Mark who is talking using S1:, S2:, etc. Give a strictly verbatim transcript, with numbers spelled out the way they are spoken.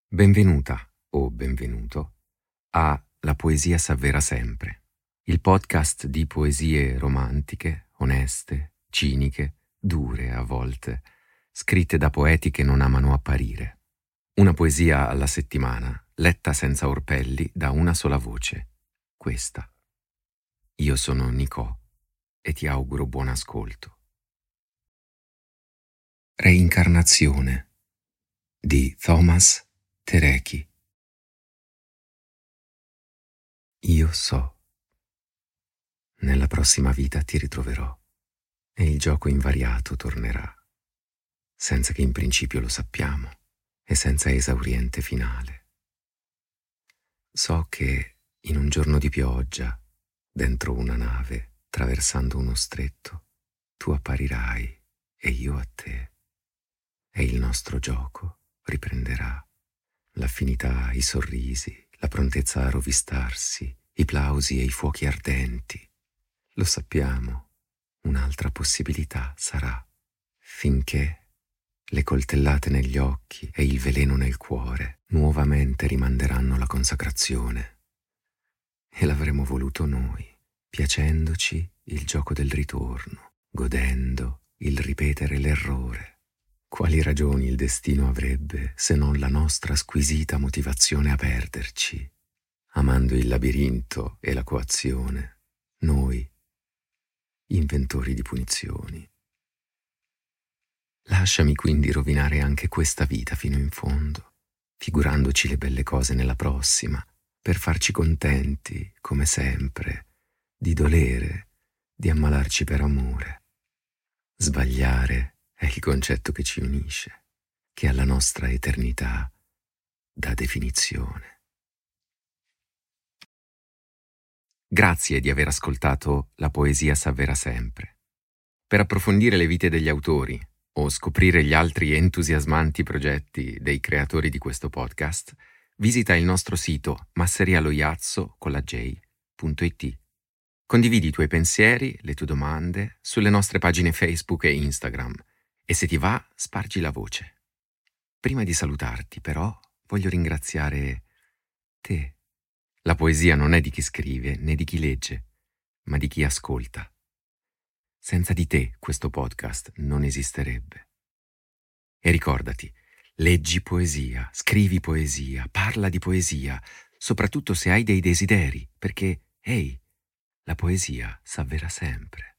S1: Benvenuta o benvenuto a La poesia s'avvera sempre, il podcast di poesie romantiche, oneste, ciniche, dure a volte, scritte da poeti che non amano apparire. Una poesia alla settimana, letta senza orpelli da una sola voce, questa. Io sono Nicò e ti auguro buon ascolto. Reincarnazione di Thomas Terechi. Io so. Nella prossima vita ti ritroverò e il gioco invariato tornerà, senza che in principio lo sappiamo e senza esauriente finale. So che in un giorno di pioggia, dentro una nave, traversando uno stretto, tu apparirai e io a te, e il nostro gioco riprenderà. L'affinità, i sorrisi, la prontezza a rovistarsi, i plausi e i fuochi ardenti. Lo sappiamo, un'altra possibilità sarà, finché le coltellate negli occhi e il veleno nel cuore nuovamente rimanderanno la consacrazione. E l'avremo voluto noi, piacendoci il gioco del ritorno, godendo il ripetere l'errore. Quali ragioni il destino avrebbe se non la nostra squisita motivazione a perderci, amando il labirinto e la coazione, noi, inventori di punizioni. Lasciami quindi rovinare anche questa vita fino in fondo, figurandoci le belle cose nella prossima, per farci contenti, come sempre, di dolere, di ammalarci per amore. Sbagliare è il concetto che ci unisce, che alla nostra eternità dà definizione. Grazie di aver ascoltato La poesia s'avvera sempre. Per approfondire le vite degli autori o scoprire gli altri entusiasmanti progetti dei creatori di questo podcast, visita il nostro sito masserialoiazzo con la J punto it. Condividi i tuoi pensieri, le tue domande sulle nostre pagine Facebook e Instagram e se ti va, spargi la voce. Prima di salutarti, però, voglio ringraziare te. La poesia non è di chi scrive né di chi legge, ma di chi ascolta. Senza di te questo podcast non esisterebbe. E ricordati, leggi poesia, scrivi poesia, parla di poesia, soprattutto se hai dei desideri, perché, ehi, la poesia s'avvera sempre.